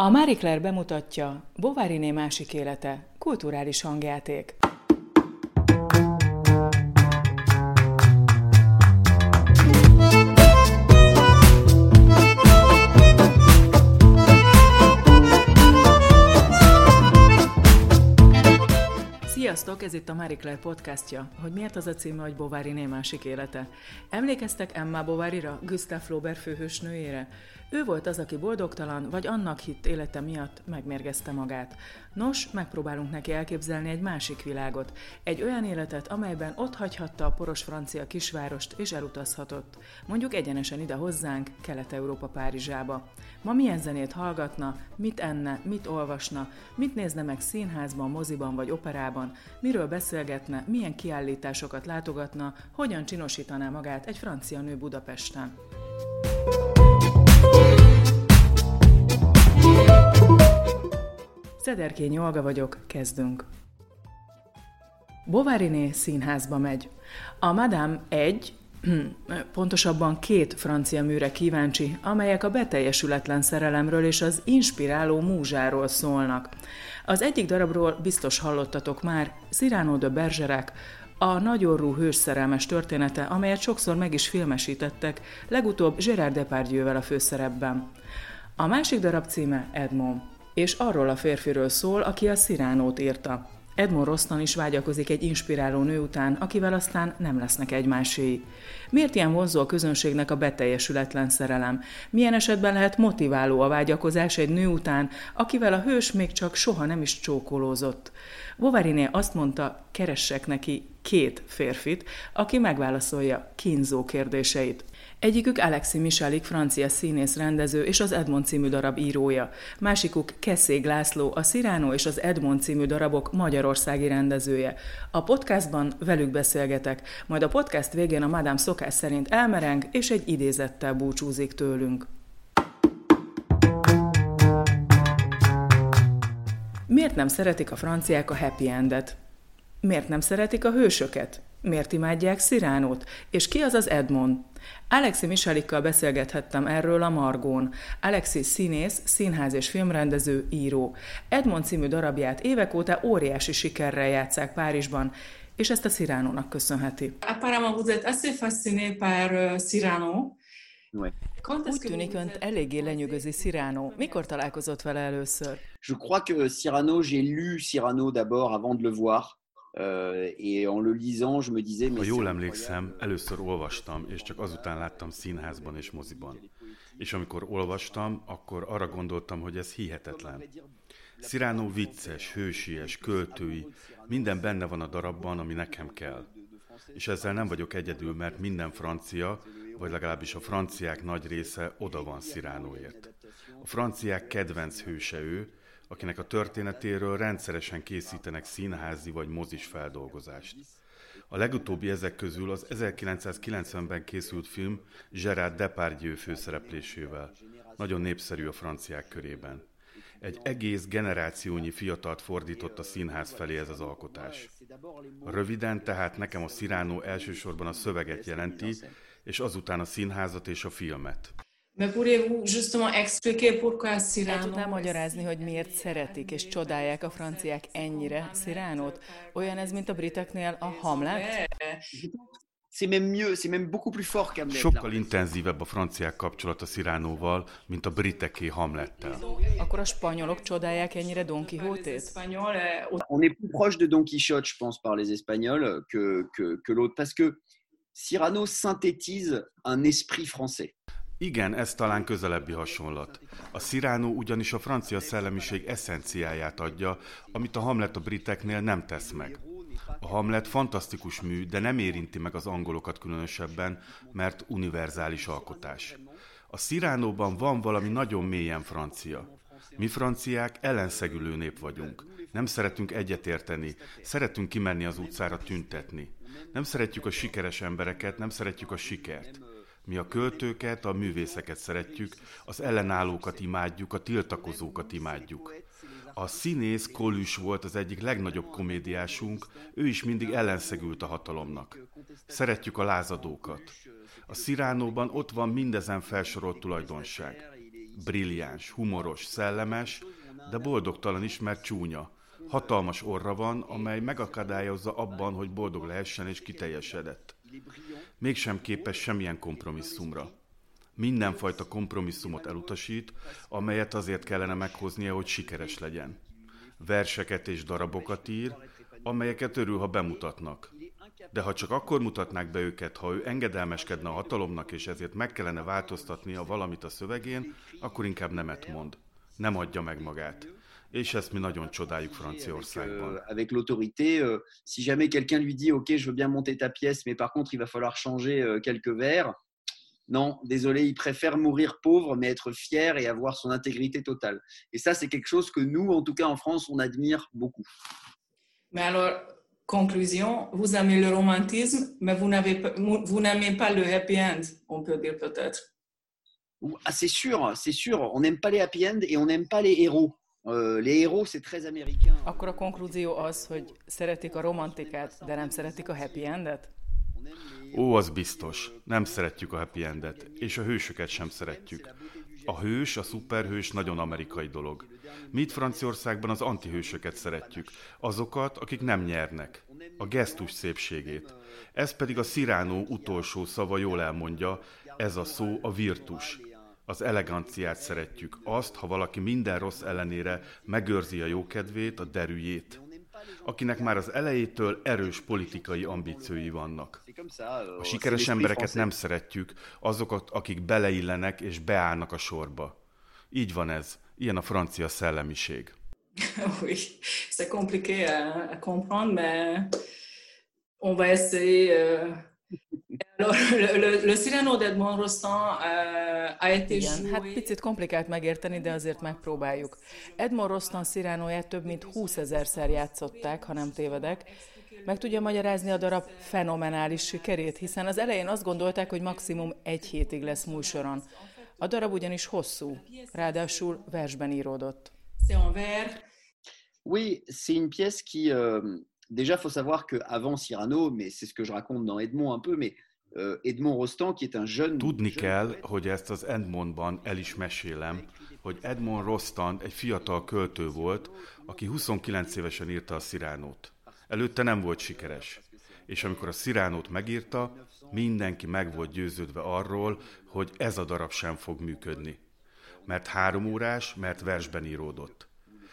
A Marie Claire bemutatja Bovaryné másik élete, kulturális hangjáték. Sziasztok, ez itt a Marie Claire podcastja. Hogy miért az a címe, hogy Bovaryné másik élete? Emlékeztek Emma Bovaryra, Gustave Flaubert főhősnőjére? Ő volt az, aki boldogtalan, vagy annak hitt élete miatt megmérgezte magát. Nos, megpróbálunk neki elképzelni egy másik világot. Egy olyan életet, amelyben ott hagyhatta a poros francia kisvárost és elutazhatott. Mondjuk egyenesen ide hozzánk, Kelet-Európa Párizsába. Ma milyen zenét hallgatna, mit enne, mit olvasna, mit nézne meg színházban, moziban vagy operában, miről beszélgetne, milyen kiállításokat látogatna, hogyan csinosítaná magát egy francia nő Budapesten. Szederkény Olga vagyok, kezdünk. Bovaryné színházba megy. A Madame pontosabban 2 francia műre kíváncsi, amelyek a beteljesületlen szerelemről és az inspiráló múzsáról szólnak. Az egyik darabról biztos hallottatok már, Cyrano de Bergerac, a nagyorrú hősszerelmes története, amelyet sokszor meg is filmesítettek, legutóbb Gérard Depardieuvel a főszerepben. A másik darab címe Edmond, és arról a férfiről szól, aki a Cyránót írta. Edmond Rostand is vágyakozik egy inspiráló nő után, akivel aztán nem lesznek egymáséi. Miért ilyen vonzó a közönségnek a beteljesületlen szerelem? Milyen esetben lehet motiváló a vágyakozás egy nő után, akivel a hős még csak soha nem is csókolózott? Bovaryné azt mondta, keressek neki 2 férfit, aki megválaszolja kínzó kérdéseit. Egyikük Alexis Michalik, francia színész, rendező és az Edmond című darab írója. Másikuk Keszég László, a Cyrano és az Edmond című darabok magyarországi rendezője. A podcastban velük beszélgetek, majd a podcast végén a Madame szokás szerint elmereng és egy idézettel búcsúzik tőlünk. Miért nem szeretik a franciák a happy endet? Miért nem szeretik a hősöket? Miért imádják Cyránót? És ki az az Edmond? Alexis Michalikkal beszélgethettem erről a Margón. Alexis színész, színház és filmrendező, író. Edmond című darabját évek óta óriási sikerrel játsszák Párizsban, és ezt a Cyránónak köszönheti. Apparemment vous êtes assez fasciné par Cyrano. Úgy tűnik, önt eléggé lenyűgözi Cyrano. Mikor találkozott vele először? Je crois que Cyrano, j'ai lu Cyrano d'abord avant de le voir. Et en le lisant, je me disais... Ha jól emlékszem, először olvastam, és csak azután láttam színházban és moziban. És amikor olvastam, akkor arra gondoltam, hogy ez hihetetlen. Cyrano vicces, hősies, költői, minden benne van a darabban, ami nekem kell. És ezzel nem vagyok egyedül, mert minden francia, vagy legalábbis a franciák nagy része oda van Cyranoért. A franciák kedvenc hőse ő, akinek a történetéről rendszeresen készítenek színházi vagy mozis feldolgozást. A legutóbbi ezek közül az 1990-ben készült film Gérard Depardieu főszereplésével. Nagyon népszerű a franciák körében. Egy egész generációnyi fiatalt fordított a színház felé ez az alkotás. Röviden tehát nekem a Cyrano elsősorban a szöveget jelenti, és azután a színházat és a filmet. Mais pourriez-vous justement expliquer pourquoi Cyrano... El tudnám magyarázni, hogy miért szeretik és csodálják a franciák ennyire Cyránót? Olyan ez, mint a briteknél a Hamlet? C'est même mieux, c'est même beaucoup plus fort qu'Hamlet. Sokkal intenzívebb a franciák kapcsolata Cyranoval, mint a briteké Hamlettel. Akkor a spanyolok csodálják ennyire Don Quixotét? On est plus proche de Don Quichotte, je pense, par les Espagnols que l'autre, parce que Cyrano synthétise un esprit français. Igen, ez talán közelebbi hasonlat. A Cyrano ugyanis a francia szellemiség eszenciáját adja, amit a Hamlet a briteknél nem tesz meg. A Hamlet fantasztikus mű, de nem érinti meg az angolokat különösebben, mert univerzális alkotás. A Cyranoban van valami nagyon mélyen francia. Mi franciák ellenszegülő nép vagyunk. Nem szeretünk egyetérteni, szeretünk kimenni az utcára tüntetni. Nem szeretjük a sikeres embereket, nem szeretjük a sikert. Mi a költőket, a művészeket szeretjük, az ellenállókat imádjuk, a tiltakozókat imádjuk. A színész Coluche volt az egyik legnagyobb komédiásunk, ő is mindig ellenszegült a hatalomnak. Szeretjük a lázadókat. A Cyranoban ott van mindezen felsorolt tulajdonság. brilliáns, humoros, szellemes, de boldogtalan is, mert csúnya. Hatalmas orra van, amely megakadályozza abban, hogy boldog lehessen és kiteljesedett. Mégsem képes semmilyen kompromisszumra. Mindenfajta kompromisszumot elutasít, amelyet azért kellene meghoznia, hogy sikeres legyen. Verseket és darabokat ír, amelyeket örül, ha bemutatnak. De ha csak akkor mutatnák be őket, ha ő engedelmeskedne a hatalomnak, és ezért meg kellene változtatnia valamit a szövegén, akkor inkább nemet mond. Nem adja meg magát. És ezt mi nagyon csodáljuk Franciaországban. Avec l'autorité, si jamais quelqu'un lui dit « Ok, je veux bien monter ta pièce, mais par contre, il va falloir changer quelques vers », non, désolé, il préfère mourir pauvre, mais être fier et avoir son intégrité totale. Et ça, c'est quelque chose que nous, en tout cas en France, on admire beaucoup. Mais alors, conclusion, vous aimez le romantisme, mais vous n'aimez pas le happy end, on peut dire peut-être. Ah, c'est sûr. On n'aime pas les happy end et on n'aime pas les héros. Les héros, c'est très américain. Akkor a konklúzió az, hogy szeretik a romantikát, de nem szeretik a happy endet? Ó, az biztos. Nem szeretjük a happy endet, és a hősöket sem szeretjük. A hős, a szuperhős nagyon amerikai dolog. Mi itt Franciaországban az antihősöket szeretjük, azokat, akik nem nyernek. A gesztus szépségét. Ez pedig a Cyrano utolsó szava jól elmondja, ez a szó a virtus. Az eleganciát szeretjük, azt, ha valaki minden rossz ellenére megőrzi a jókedvét, a derűjét. Akinek már az elejétől erős politikai ambíciói vannak. A sikeres embereket nem szeretjük, azokat, akik beleillenek és beállnak a sorba. Így van ez, ilyen a francia szellemiség. Oui, c'est compliqué à comprendre, mais on va essayer. Alors, le Cyrano d'Edmond Rostand a été joué... Hát picit komplikált megérteni, de azért megpróbáljuk. Edmond Rostand Cyranoját több mint 20 000-szer játszották, ha nem tévedek. Meg tudja magyarázni a darab fenomenális sikerét, hiszen az elején azt gondolták, hogy maximum 1 hétig lesz műsoron. A darab ugyanis hosszú, ráadásul versben íródott. Oui, c'est une pièce qui... Déjà, il faut savoir qu'avant Cyrano, mais c'est ce que je raconte dans Edmond un peu, mais Edmond Rostand, qui est un jeune... Tudni kell, hogy ezt az Edmondban el is mesélem, hogy Edmond Rostand egy fiatal költő volt, aki 29 évesen írta a Cyránót. Előtte nem volt sikeres. És amikor a Cyránót megírta, mindenki meg volt győződve arról, hogy ez a darab sem fog működni. Mert 3 órás, mert versben íródott.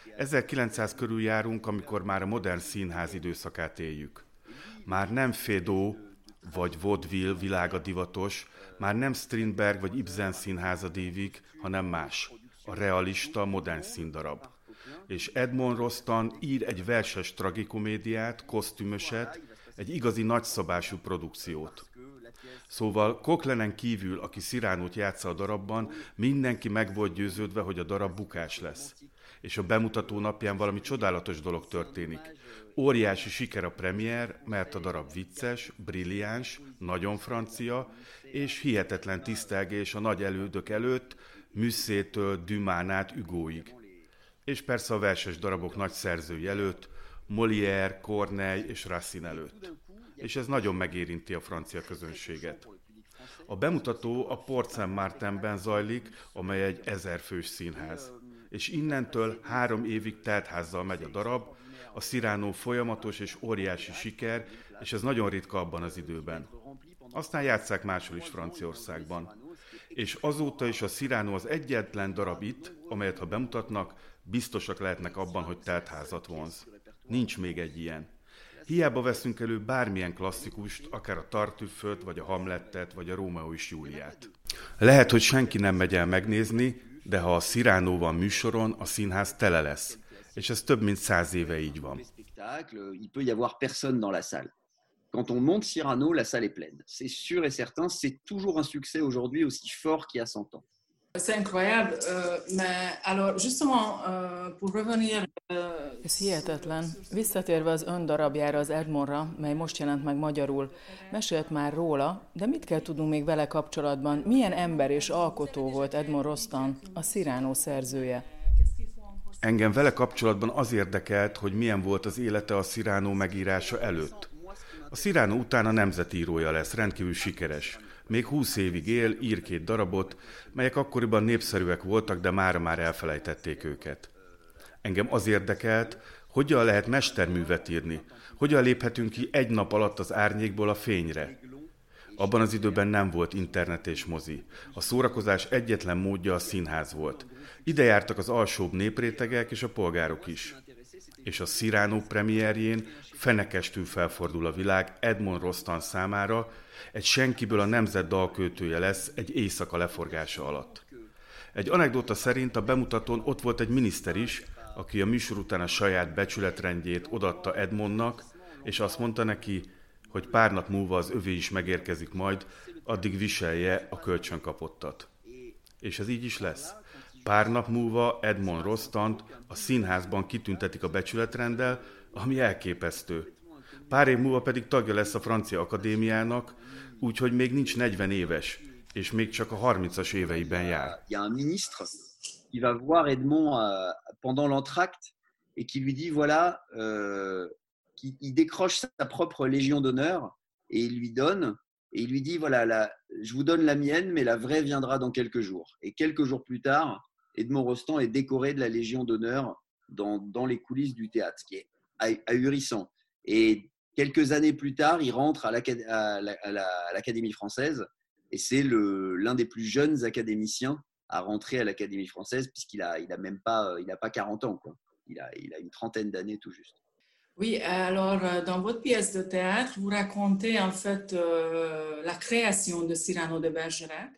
1900 körül járunk, amikor már a modern színház időszakát éljük. Már nem Feydeau vagy vaudeville világa divatos, már nem Strindberg vagy Ibsen színháza dívik, hanem más. A realista, modern színdarab. És Edmond Rostand ír egy verses tragikomédiát, kosztümöset, egy igazi nagyszabású produkciót. Szóval Cochlenen kívül, aki Cyránót játsza a darabban, mindenki meg volt győződve, hogy a darab bukás lesz. És a bemutató napján valami csodálatos dolog történik. Óriási siker a premier, mert a darab vicces, brilliáns, nagyon francia, és hihetetlen tisztelgés a nagy elődök előtt, Mussettől Dumas-n át Hugoig. És persze a verses darabok nagy szerzői előtt, Molière, Corneille és Racine előtt. És ez nagyon megérinti a francia közönséget. A bemutató a Porte Saint-Martinben zajlik, amely egy 1000 fős színház. És innentől 3 évig teltházzal megy a darab, a Cyrano folyamatos és óriási siker, és ez nagyon ritka abban az időben. Aztán játsszák máshol is Franciaországban. És azóta is a Cyrano az egyetlen darab itt, amelyet ha bemutatnak, biztosak lehetnek abban, hogy teltházat vonz. Nincs még egy ilyen. Hiába veszünk elő bármilyen klasszikust, akár a Tartüfföt, vagy a Hamlettet, vagy a Rómeó és Júliát. Lehet, hogy senki nem megy el megnézni, de ha a Cyrano van műsoron, a színház tele lesz. És ez több mint 100 éve így van. Il peut y avoir personne dans la salle. Quand on monte Cyrano, la salle est pleine. C'est sûr et certain, c'est toujours un succès aujourd'hui aussi fort qu'il y a 100 ans. C'est incroyable, mais alors justement, pour revenir... Ez hihetetlen. Visszatérve az ön darabjára, az Edmondra, mely most jelent meg magyarul, mesélt már róla, de mit kell tudnunk még vele kapcsolatban? Milyen ember és alkotó volt Edmond Rostand, a Cyrano szerzője? Engem vele kapcsolatban az érdekelt, hogy milyen volt az élete a Cyrano megírása előtt. A Cyrano utána nemzetírója lesz, rendkívül sikeres. Még 20 évig él, ír 2 darabot, melyek akkoriban népszerűek voltak, de mára már elfelejtették őket. Engem az érdekelt, hogyan lehet mesterművet írni, hogyan léphetünk ki egy nap alatt az árnyékból a fényre. Abban az időben nem volt internet és mozi. A szórakozás egyetlen módja a színház volt. Ide jártak az alsóbb néprétegek és a polgárok is. És a Cyrano premierjén fenekestül felfordul a világ Edmond Rostand számára, egy senkiből a nemzet dalköltője lesz egy éjszaka leforgása alatt. Egy anekdóta szerint a bemutatón ott volt egy miniszter is, aki a műsor után a saját becsületrendjét odaadta Edmondnak, és azt mondta neki, hogy pár nap múlva az övé is megérkezik majd, addig viselje a kölcsönkapottat. És ez így is lesz. Pár nap múlva Edmond Rostand a színházban kitüntetik a becsületrenddel, ami elképesztő. Pár év múlva pedig tagja lesz a Francia Akadémiának, úgyhogy még nincs 40 éves, és még csak a 30-as éveiben jár. Il y a un ministre qui va voir Edmond pendant l'entracte et qui lui dit voilà, il décroche sa propre Légion d'honneur et il lui donne, et il lui dit voilà, je vous donne la mienne, mais la vraie viendra dans quelques jours. Et quelques jours plus tard, Edmond Rostand est décoré de la Légion d'honneur dans les coulisses du théâtre, ce qui est ahurissant. Et quelques années plus tard, il rentre à l'Académie française, et c'est l'un des plus jeunes académiciens à rentrer à l'Académie française, puisqu'il a pas 40 ans, quoi. Il a une trentaine d'années tout juste. Oui, alors dans votre pièce de théâtre, vous racontez en fait la création de Cyrano de Bergerac.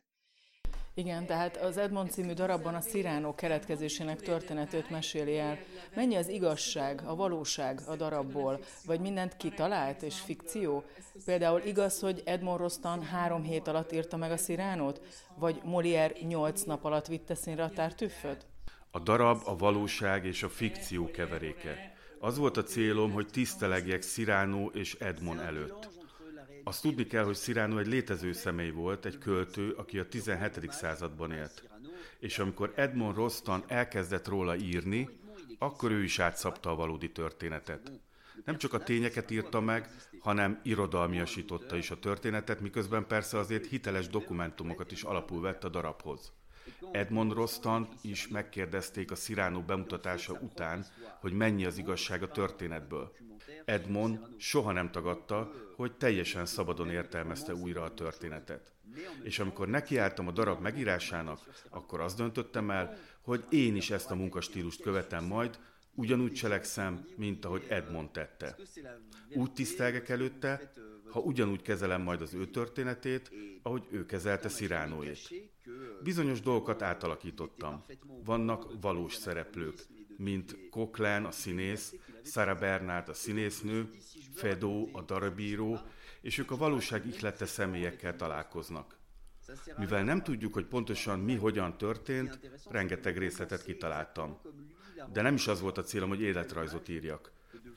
Igen, tehát az Edmond című darabban a Cyrano keletkezésének történetét meséli el. Mennyi az igazság, a valóság a darabból? Vagy mindent kitalált és fikció? Például igaz, hogy Edmond Rostand 3 hét alatt írta meg a Cyranót? Vagy Molière 8 nap alatt vitte színre a Tartüfföt? A darab a valóság és a fikció keveréke. Az volt a célom, hogy tisztelegjek Cyrano és Edmond előtt. Azt tudni kell, hogy Cyrano egy létező személy volt, egy költő, aki a 17. században élt. És amikor Edmond Rostand elkezdett róla írni, akkor ő is átszabta a valódi történetet. Nem csak a tényeket írta meg, hanem irodalmiasította is a történetet, miközben persze azért hiteles dokumentumokat is alapul vett a darabhoz. Edmond Rostand is megkérdezték a Cyrano bemutatása után, hogy mennyi az igazság a történetből. Edmond soha nem tagadta, hogy teljesen szabadon értelmezte újra a történetet. És amikor nekiálltam a darab megírásának, akkor azt döntöttem el, hogy én is ezt a munkastílust követem majd, ugyanúgy cselekszem, mint ahogy Edmond tette. Úgy tisztelgek előtte, ha ugyanúgy kezelem majd az ő történetét, ahogy ő kezelte Cyranoét. Bizonyos dolgokat átalakítottam. Vannak valós szereplők, mint Coquelin a színész, Sarah Bernhardt a színésznő, Feydeau a darabíró, és ők a valóság ihlette személyekkel találkoznak. Mivel nem tudjuk, hogy pontosan mi hogyan történt, rengeteg részletet kitaláltam. De nem is az volt a célom, hogy életrajzot írjak,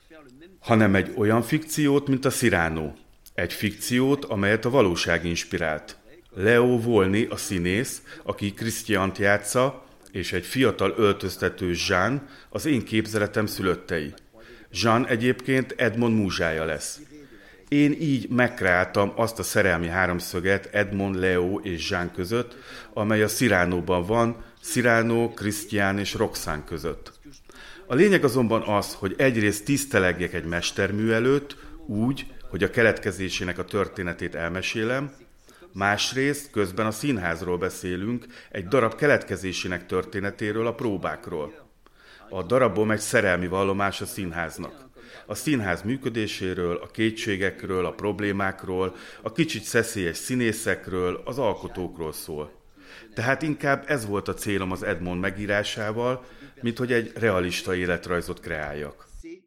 hanem egy olyan fikciót, mint a Cyrano. Egy fikciót, amelyet a valóság inspirált. Leo Volney a színész, aki Christiant játsza, és egy fiatal öltöztető Jean az én képzeletem szülöttei. Jean egyébként Edmond múzsája lesz. Én így megkreáltam azt a szerelmi háromszöget Edmond, Leo és Jean között, amely a Cyranoban van, Cyrano, Christian és Roxane között. A lényeg azonban az, hogy egyrészt tisztelegjek egy mestermű előtt, úgy, hogy a keletkezésének a történetét elmesélem, másrészt közben a színházról beszélünk, egy darab keletkezésének történetéről, a próbákról. A darabom egy szerelmi vallomás a színháznak. A színház működéséről, a kétségekről, a problémákról, a kicsit szeszélyes színészekről, az alkotókról szól. Tehát inkább ez volt a célom az Edmond megírásával, mint hogy egy realista életrajzot kreáljak.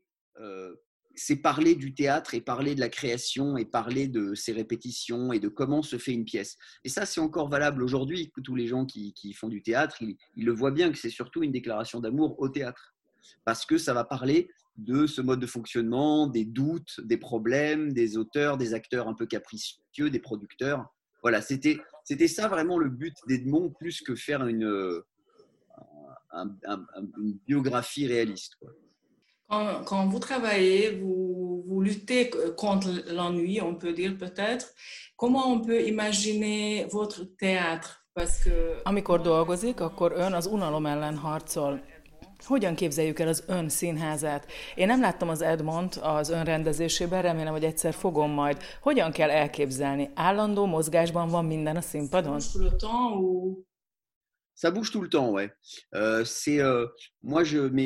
C'est parler du théâtre et parler de la création et parler de ses répétitions et de comment se fait une pièce. Et ça, c'est encore valable aujourd'hui. Tous les gens qui font du théâtre, ils le voient bien que c'est surtout une déclaration d'amour au théâtre. Parce que ça va parler de ce mode de fonctionnement, des doutes, des problèmes, des auteurs, des acteurs un peu capricieux, des producteurs. Voilà, c'était ça vraiment le but d'Edmond, plus que faire une biographie réaliste, quoi. Quand vous travaillez, vous vous luttez contre l'ennui, on peut dire peut-être. Comment on peut imaginer votre théâtre? Parce que... Amikor dolgozik, akkor ön az unalom ellen harcol. Hogyan képzeljük el az ön színházát? Én nem láttam az Edmond az ön rendezésében, remélem, hogy egyszer fogom majd. Hogyan kell elképzelni? Állandó mozgásban van minden a színpadon? Ça bouge tout le temps, ouais. Moi,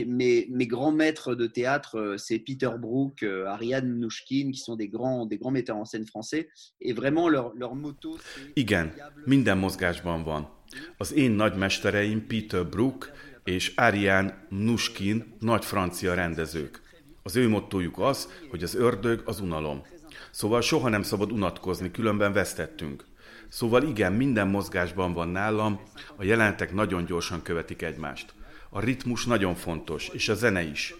mes grands maîtres de théâtre, c'est Peter Brook, Ariane Mnouchkine, qui sont des grands metteurs en scène français, et vraiment leur motto. Igen, minden mozgásban van. Az én nagymestereim Peter Brook és Ariane Mnouchkine nagy francia rendezők. Az ő mottójuk az, hogy az ördög az unalom. Szóval soha nem szabad unatkozni, különben vesztettünk. Szóval igen, minden mozgásban van nálam, a jelenetek nagyon gyorsan követik egymást. A ritmus nagyon fontos, és a zene is.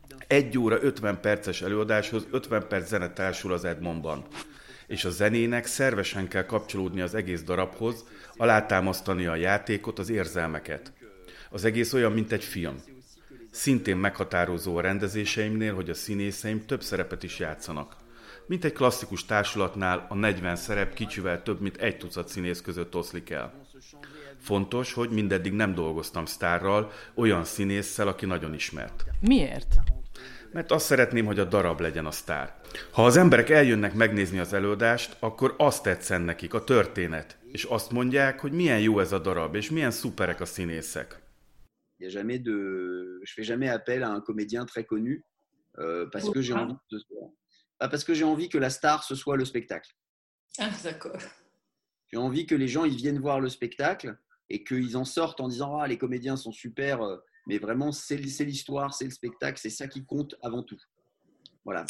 1 óra 50 perces előadáshoz 50 perc zene társul az Edmondban. És a zenének szervesen kell kapcsolódni az egész darabhoz, alátámasztani a játékot, az érzelmeket. Az egész olyan, mint egy film. Szintén meghatározó a rendezéseimnél, hogy a színészeim több szerepet is játszanak. Mint egy klasszikus társulatnál a 40 szerep kicsivel több mint 1 tucat színész között oszlik el. Fontos, hogy mindeddig nem dolgoztam sztárral, olyan színésszel, aki nagyon ismert. Miért? Mert azt szeretném, hogy a darab legyen a sztár. Ha az emberek eljönnek megnézni az előadást, akkor azt tetszen nekik, a történet, és azt mondják, hogy milyen jó ez a darab, és milyen szuperek a színészek. Je fais jamais appel à un comédien très connu, parce que j'ai envie parce que j'ai envie que la star, ce soit le spectacle. Ah, d'accord. J'ai envie que les gens ils viennent voir le spectacle et qu'ils en sortent en disant « Ah, les comédiens sont super », mais vraiment, c'est l'histoire, c'est le spectacle, c'est ça qui compte avant tout. Voilà.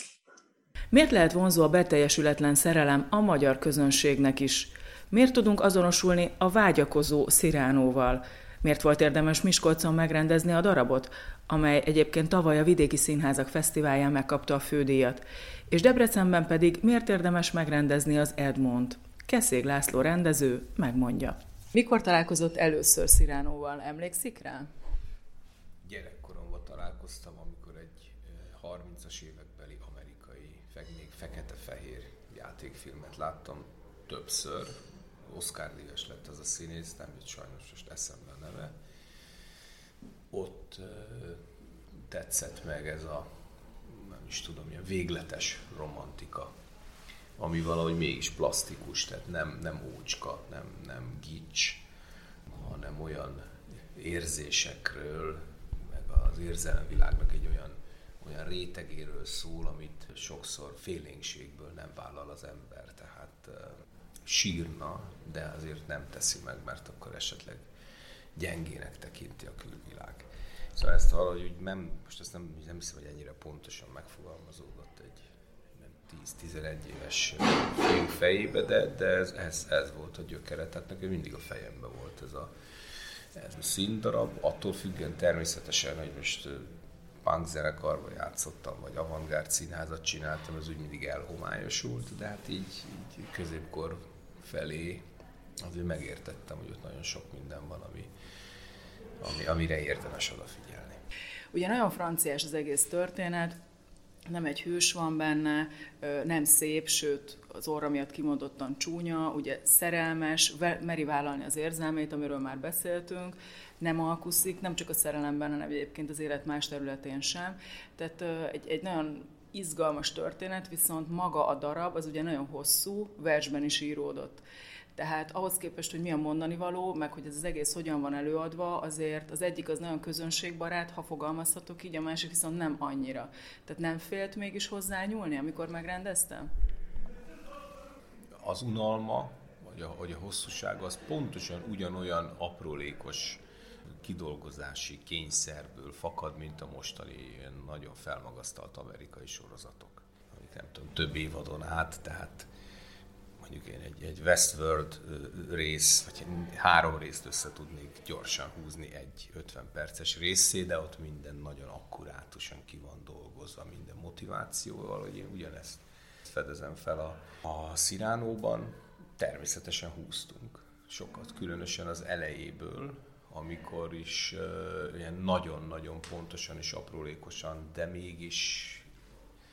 Miért lehet vonzó a beteljesületlen szerelem a magyar közönségnek is? Miért tudunk azonosulni a vágyakozó Cyranoval? Miért volt érdemes Miskolcon megrendezni a darabot, amely egyébként tavaly a Vidéki Színházak Fesztiválján megkapta a fődíjat? És Debrecenben pedig miért érdemes megrendezni az Edmond? Keszég László rendező megmondja. Mikor találkozott először Cyranoval, emlékszik rá? Gyerekkoromban találkoztam, amikor egy 30-as évekbeli amerikai, még fekete-fehér játékfilmet láttam többször. Oscar-díjas lett az a színész, nem jut sajnos most eszembe a neve. Ott tetszett meg ez a, nem is tudom, ilyen végletes romantika, ami valahogy mégis plastikus, tehát nem ócska, nem gics, hanem olyan érzésekről, meg az érzelemvilágnak egy olyan rétegéről szól, amit sokszor félénkségből nem vállal az ember, tehát sírna, de azért nem teszi meg, mert akkor esetleg gyengének tekinti a külvilág. Szóval ezt valahogy most ezt nem hiszem, hogy ennyire pontosan megfogalmazódott egy 10-11 éves fiú fejébe, de ez volt a gyökere, tehát nekem mindig a fejemben volt ez a színdarab, attól függően természetesen, hogy most punk zenekarban játszottam, vagy avantgárd színházat csináltam, ez úgy mindig elhomályosult, de hát így középkor felé azért megértettem, hogy ott nagyon sok minden van, amire érdemes odafigyelni. Ugye nagyon franciás az egész történet, nem egy hős van benne, nem szép, sőt az orra miatt kimondottan csúnya, ugye szerelmes, meri vállalni az érzelmeit, amiről már beszéltünk, nem alkuszik, nem csak a szerelemben, hanem egyébként az élet más területén sem. Tehát egy nagyon izgalmas történet, viszont maga a darab az ugye nagyon hosszú, versben is íródott. Tehát ahhoz képest, hogy mi a mondani való, meg hogy ez az egész hogyan van előadva, azért az egyik az nagyon közönségbarát, ha fogalmazhatok így, a másik viszont nem annyira. Tehát nem félt mégis hozzányúlni, amikor megrendeztem? Az unalma, vagy a hosszúsága, az pontosan ugyanolyan aprólékos kidolgozási kényszerből fakad, mint a mostani ilyen nagyon felmagasztalt amerikai sorozatok, amik nem tudom, több évadon át, tehát mondjuk én egy Westworld rész, vagy 3 részt össze tudnék gyorsan húzni egy 50 perces részé, de ott minden nagyon akkurátusan ki van dolgozva, minden motivációval, hogy én ugyanezt fedezem fel a Cyranoban. Természetesen húztunk sokat, különösen az elejéből, amikor is ilyen nagyon-nagyon pontosan és aprólékosan, de mégis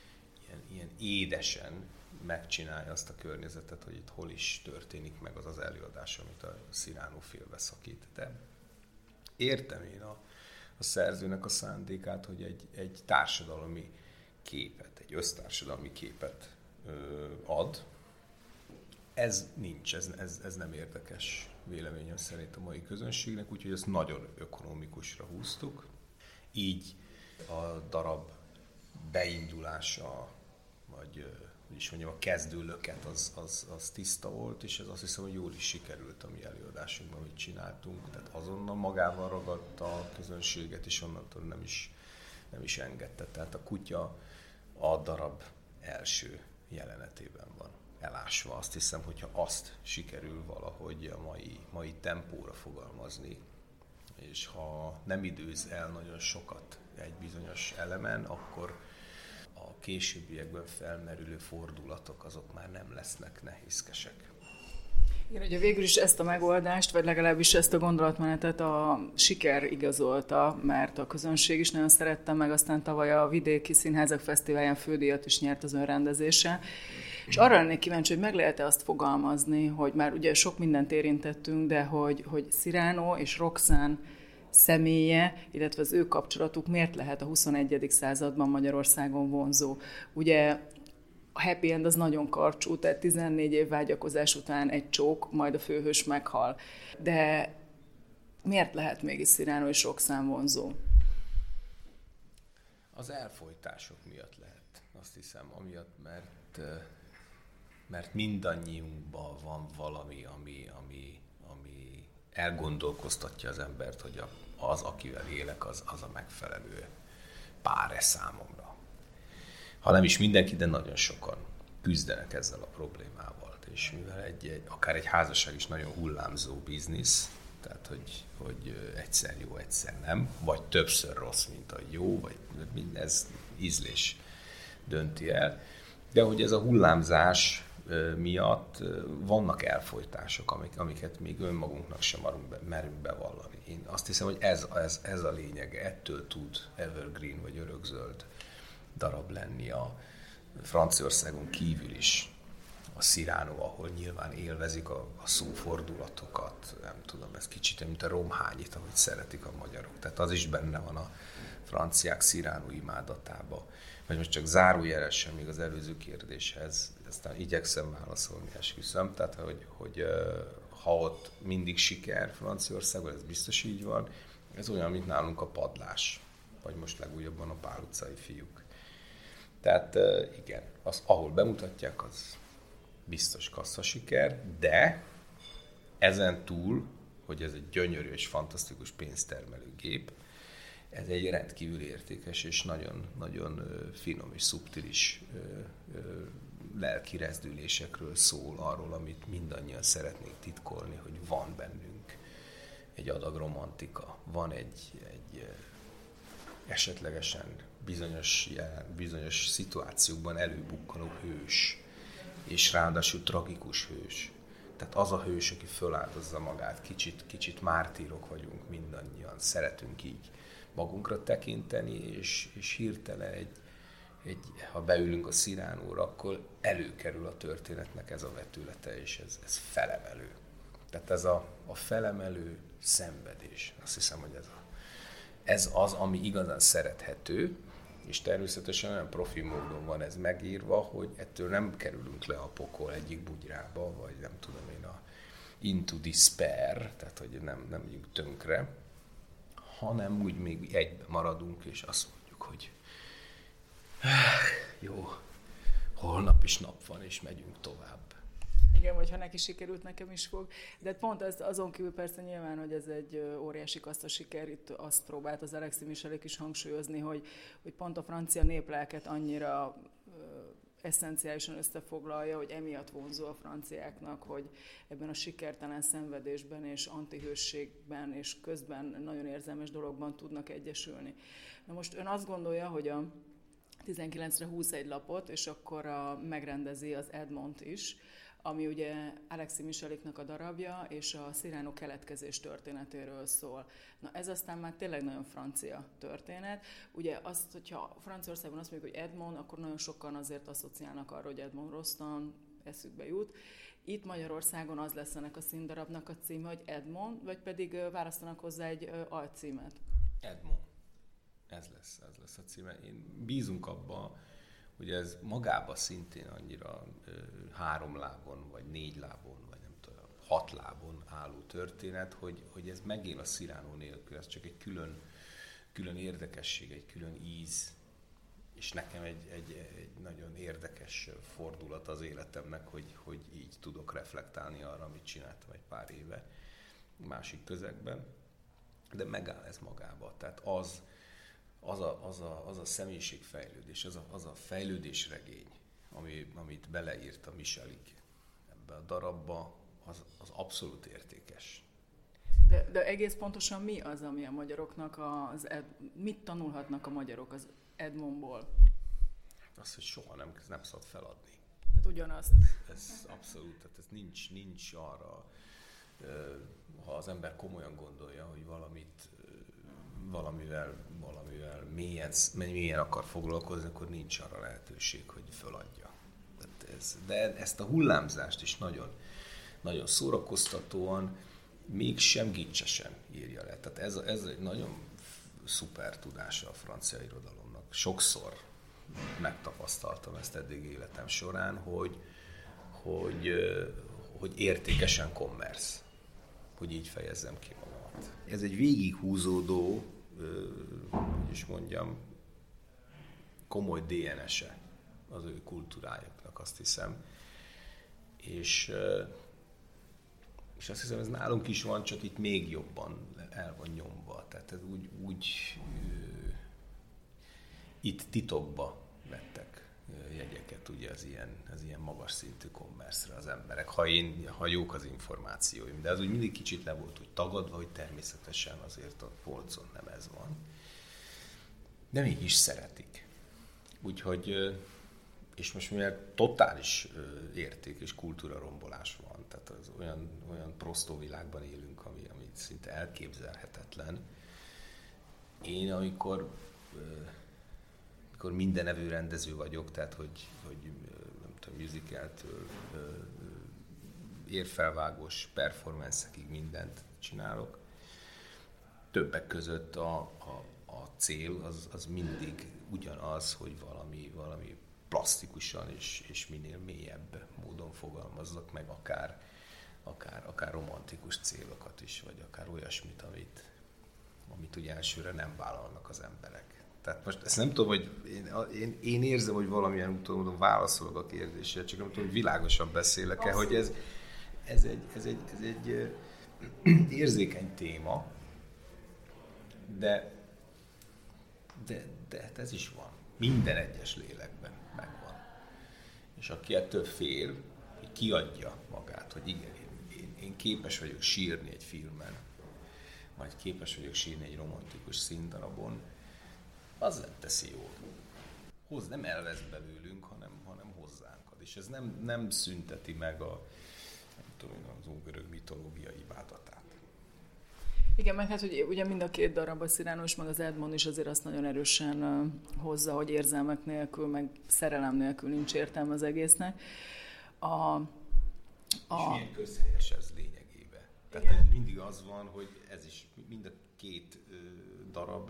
ilyen édesen megcsinálja azt a környezetet, hogy itt hol is történik meg az előadás, amit a Cyrano félbeszakít. De értem én a szerzőnek a szándékát, hogy egy társadalmi képet, egy össztársadalmi képet ad. Ez nincs, ez nem érdekes véleményem szerint a mai közönségnek, úgyhogy ezt nagyon ökonomikusra húztuk. Így a darab beindulása, vagy hogy is mondjam, a kezdőlöket az tiszta volt, és ez azt hiszem, hogy jól is sikerült a mi előadásunkban, amit csináltunk. Tehát azonnal magával ragadta a közönséget, és onnantól nem is engedte. Tehát a kutya a darab első jelenetében van elásva. Azt hiszem, hogyha azt sikerül valahogy a mai tempóra fogalmazni, és ha nem időz el nagyon sokat egy bizonyos elemen, akkor a későbbiekben felmerülő fordulatok azok már nem lesznek nehézkesek. Igen, ugye végül is ezt a megoldást, vagy legalábbis ezt a gondolatmenetet a siker igazolta, mert a közönség is nagyon szerette meg, aztán tavaly a Vidéki Színházak Fesztiválján fődíjat is nyert az önrendezése. És arra lennék kíváncsi, hogy meg lehet-e azt fogalmazni, hogy már ugye sok mindent érintettünk, de hogy Cyrano és Roxane személye, illetve az ő kapcsolatuk miért lehet a 21. században Magyarországon vonzó. Ugye a happy end az nagyon karcsú, tehát 14 év vágyakozás után egy csók, majd a főhős meghal. De miért lehet mégis Cyrano és Roxane vonzó? Az elfojtások miatt lehet, azt hiszem, amiatt, mert mindannyiunkban van valami, ami elgondolkoztatja az embert, hogy az, akivel élek, az a megfelelő pár-e számomra. Ha nem is mindenki, de nagyon sokan küzdenek ezzel a problémával. És mivel akár egy házasság is nagyon hullámzó biznisz, tehát hogy egyszer jó, egyszer nem, vagy többször rossz, mint a jó, vagy ez ízlés dönti el. De hogy ez a hullámzás miatt vannak elfojtások, amiket még önmagunknak sem merünk bevallani. Én azt hiszem, hogy ez a lényeg, ettől tud evergreen vagy örökzöld darab lenni a Franciaországon kívül is. A Cyrano, ahol nyilván élvezik a szófordulatokat, nem tudom, ez kicsit, mint a romhányit, ahogy szeretik a magyarok. Tehát az is benne van a franciák Cyrano imádatába. Vagy most csak zárójelesen még az előző kérdéshez, aztán igyekszem válaszolni, esküszöm. Tehát, hogy ha ott mindig siker Franciaországban, ez biztos így van, ez olyan, mint nálunk a Padlás, vagy most legújabban a Pál utcai fiúk. Tehát igen, ahol bemutatják, az biztos kasszasiker, de ezen túl, hogy ez egy gyönyörű és fantasztikus pénztermelő gép, ez egy rendkívül értékes és nagyon, nagyon finom és szubtilis lelki rezdülésekről szól, arról, amit mindannyian szeretnénk titkolni, hogy van bennünk egy adag romantika, van egy esetlegesen bizonyos szituációkban előbukkanó hős, és ráadásul tragikus hős. Tehát az a hős, aki föláldozza magát, kicsit mártírok vagyunk mindannyian, szeretünk így magunkra tekinteni, és hirtelen ha beülünk a Cyránóra, akkor előkerül a történetnek ez a vetülete, és ez felemelő. Tehát ez a felemelő szenvedés. Azt hiszem, hogy ez az, ami igazán szerethető, és természetesen olyan profi módon van ez megírva, hogy ettől nem kerülünk le a pokol egyik bugyrába, vagy nem tudom én, a into despair, tehát hogy nem megyünk tönkre, hanem úgy még egybe maradunk, és azt mondjuk, hogy jó, holnap is nap van, és megyünk tovább. Igen, vagy ha neki sikerült, nekem is fog. De pont azon kívül persze nyilván, hogy ez egy óriási kassza siker, itt azt próbált az Alexis Michalik is hangsúlyozni, hogy pont a francia néplelket annyira esszenciálisan összefoglalja, hogy emiatt vonzó a franciáknak, hogy ebben a sikertelen szenvedésben és antihősségben és közben nagyon érzelmes dologban tudnak egyesülni. Na most ön azt gondolja, hogy a 19-re húz egy lapot, és akkor megrendezi az Edmond is, ami ugye Alexis Michaliknak a darabja, és a Cyrano keletkezés történetéről szól. Na ez aztán már tényleg nagyon francia történet. Ugye azt, hogyha Franciaországban azt mondjuk, hogy Edmond, akkor nagyon sokan azért asszociálnak arra, hogy Edmond Rostand eszükbe jut. Itt Magyarországon az lesz ennek a színdarabnak a címe, hogy Edmond, vagy pedig választanak hozzá egy alcímet? Edmond. Ez lesz a címe. Én bízunk abba, hogy ez magában szintén annyira 3 lábon, vagy 4 lábon, vagy nem tudom, 6 lábon álló történet, hogy ez megél a Cyrano nélkül. Ez csak egy külön érdekesség, egy külön íz, és nekem egy nagyon érdekes fordulat az életemnek, hogy így tudok reflektálni arra, amit csináltam egy pár éve másik közegben. De megáll ez magába. Tehát az a személyiségfejlődés, az a fejlődésregény, amit beleírt a Michalik ebbe a darabba, az abszolút értékes. De egész pontosan mi az, ami a magyaroknak, mit tanulhatnak a magyarok az Edmondból? Az, hogy soha nem szabad feladni. Tehát ugyanazt. Ez abszolút, tehát ez nincs arra, ha az ember komolyan gondolja, hogy valamivel mélyen akar foglalkozni, akkor nincs arra lehetőség, hogy föladja. De ezt a hullámzást is nagyon, nagyon szórakoztatóan, mégsem gicsesen írja le. Tehát ez egy nagyon szuper tudása a francia irodalomnak. Sokszor megtapasztaltam ezt eddig életem során, hogy értékesen kommersz, hogy így fejezzem ki magamat. Ez egy végighúzódó, hogy is mondjam, komoly DNS-e az ő kultúrájuknak, azt hiszem. És azt hiszem, ez nálunk is van, csak itt még jobban el van nyomva. Tehát ez itt titokba vettek jegyeket ugye az ilyen magas szintű kommerszre az emberek, ha jók az információim. De az úgy mindig kicsit le volt úgy tagadva, hogy természetesen azért a polcon nem ez van. De mégis szeretik. Úgyhogy, és most mivel totális érték és kultúra rombolás van, tehát az olyan prostó világban élünk, ami szinte elképzelhetetlen. Én amikor mindenevő rendező vagyok, tehát hogy nem tudom, musicaltől érfelvágós performance-ekig mindent csinálok. Többek között a cél az mindig ugyanaz, hogy valami plastikusan és minél mélyebb módon fogalmazzak meg akár romantikus célokat is, vagy akár olyasmit, amit ugye elsőre nem vállalnak az emberek. Tehát most ezt nem tudom, hogy én érzem, hogy valamilyen úton válaszolok a kérdésre, csak nem tudom, hogy világosan beszélek-e, hogy ez egy érzékeny téma, de ez is van. Minden egyes lélekben megvan. És aki ettől fél, hogy kiadja magát, hogy igen, én képes vagyok sírni egy filmen, vagy képes vagyok sírni egy romantikus színdarabon, az nem teszi jól. Nem elvesz belőlünk, hanem hozzánk ad. És ez nem szünteti meg az ógörög mitológia imádatát. Igen, meg hát hogy ugye mind a két darab, a Cyrano és meg az Edmond is azért azt nagyon erősen hozza, hogy érzelmek nélkül, meg szerelem nélkül nincs értelme az egésznek. És milyen közhelyes ez lényegében. Tehát mindig az van, hogy ez is mind a két darab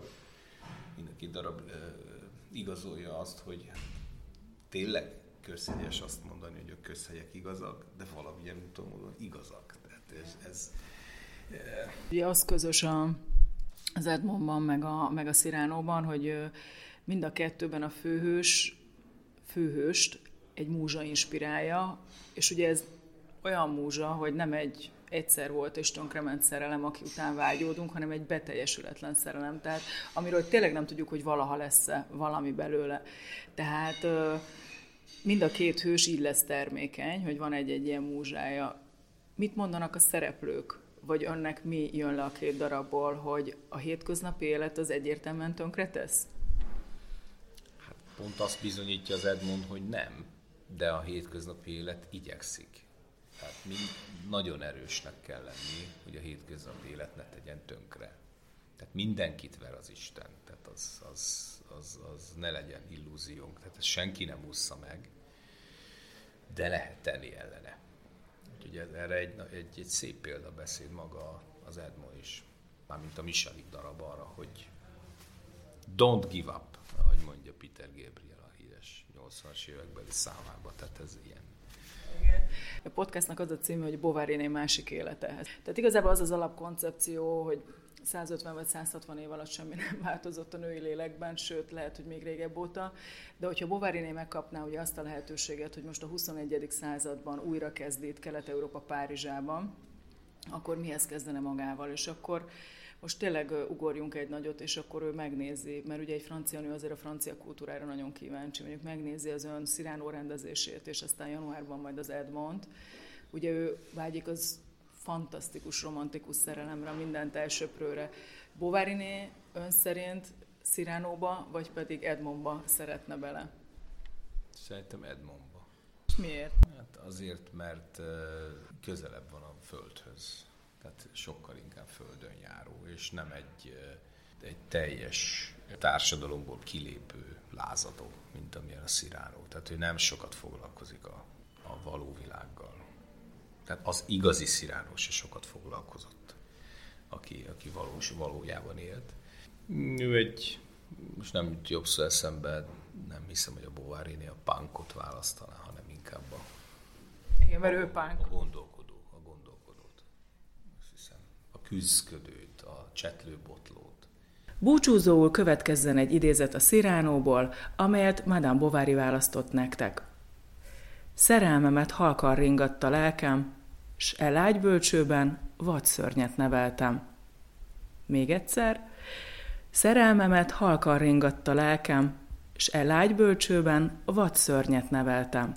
igazolja azt, hogy tényleg közhelyes azt mondani, hogy a közhelyek igazak, de valamilyen úton módon igazak. Tehát ez ugye az közös az Edmondban, meg a Cyranoban, hogy mind a kettőben a főhőst egy múzsa inspirálja, és ugye ez olyan múzsa, hogy nem egy egyszer volt és tönkrement szerelem, aki után vágyódunk, hanem egy beteljesületlen szerelem. Tehát amiről tényleg nem tudjuk, hogy valaha lesz-e valami belőle. Tehát mind a két hős így lesz termékeny, hogy van egy ilyen múzsája. Mit mondanak a szereplők? Vagy önnek mi jön le a két darabból, hogy a hétköznapi élet az egyértelműen tönkretesz? Hát pont azt bizonyítja az Edmond, hogy nem, de a hétköznapi élet igyekszik. Tehát nagyon erősnek kell lenni, hogy a hétköznapi élet ne tegyen tönkre. Tehát mindenkit ver az Isten, tehát az ne legyen illúziónk, tehát ezt senki nem ússza meg, de lehet tenni ellene. Úgyhogy erre egy szép példabeszéd maga az Edmond is, mármint a Michalik darab arra, hogy don't give up, ahogy mondja Peter Gabriel a híres 80-as évekbeli számában, tehát ez ilyen. A podcastnak az a címe, hogy Bovary-né másik élete. Tehát igazából az az alapkoncepció, hogy 150 vagy 160 év alatt semmi nem változott a női lélekben, sőt, lehet, hogy még régebb óta, de hogyha Bovary-né megkapná ugye azt a lehetőséget, hogy most a 21. században újra kezd itt Kelet-Európa Párizsában, akkor mihez kezdene magával, és akkor most tényleg ugorjunk egy nagyot, és akkor ő megnézi, mert ugye egy francia nő azért a francia kultúrára nagyon kíváncsi, mondjuk megnézi az ön Cyrano rendezését, és aztán januárban majd az Edmond. Ugye ő vágyik az fantasztikus, romantikus szerelemre, mindent elsöprőre. Bovary-né ön szerint Cyranoba, vagy pedig Edmondba szeretne bele? Szerintem Edmondba. Miért? Hát azért, mert közelebb van a földhöz. Tehát sokkal inkább földön járó, és nem egy teljes társadalomból kilépő lázadó, mint amilyen a Cyrano. Tehát ő nem sokat foglalkozik a való világgal. Tehát az igazi Cyrano se sokat foglalkozott, aki valójában élt. Ő most nem jut jobb szó eszembe, nem hiszem, hogy a Bovary-né a punkot választaná, hanem inkább igen, mert ő punk. A gondolkodót. Azt hiszem, a küzdködőt, a csetlőbotlót. Búcsúzóul következzen egy idézet a Cyranóból, amelyet Madame Bovary választott nektek. Szerelmemet halkan ringatta lelkem, s lágybölcsőben vadszörnyet neveltem. Még egyszer. Szerelmemet halkan ringatta lelkem, s lágybölcsőben vadszörnyet neveltem.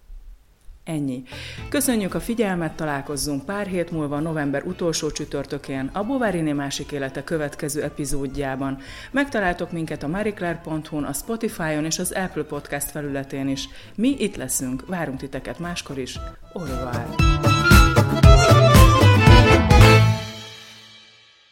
Ennyi. Köszönjük a figyelmet, találkozzunk pár hét múlva, november utolsó csütörtökén, a Bovary-né másik élete következő epizódjában. Megtaláltok minket a marieclaire.hu-n, a Spotify-on és az Apple Podcast felületén is. Mi itt leszünk, várunk titeket máskor is. Au revoir!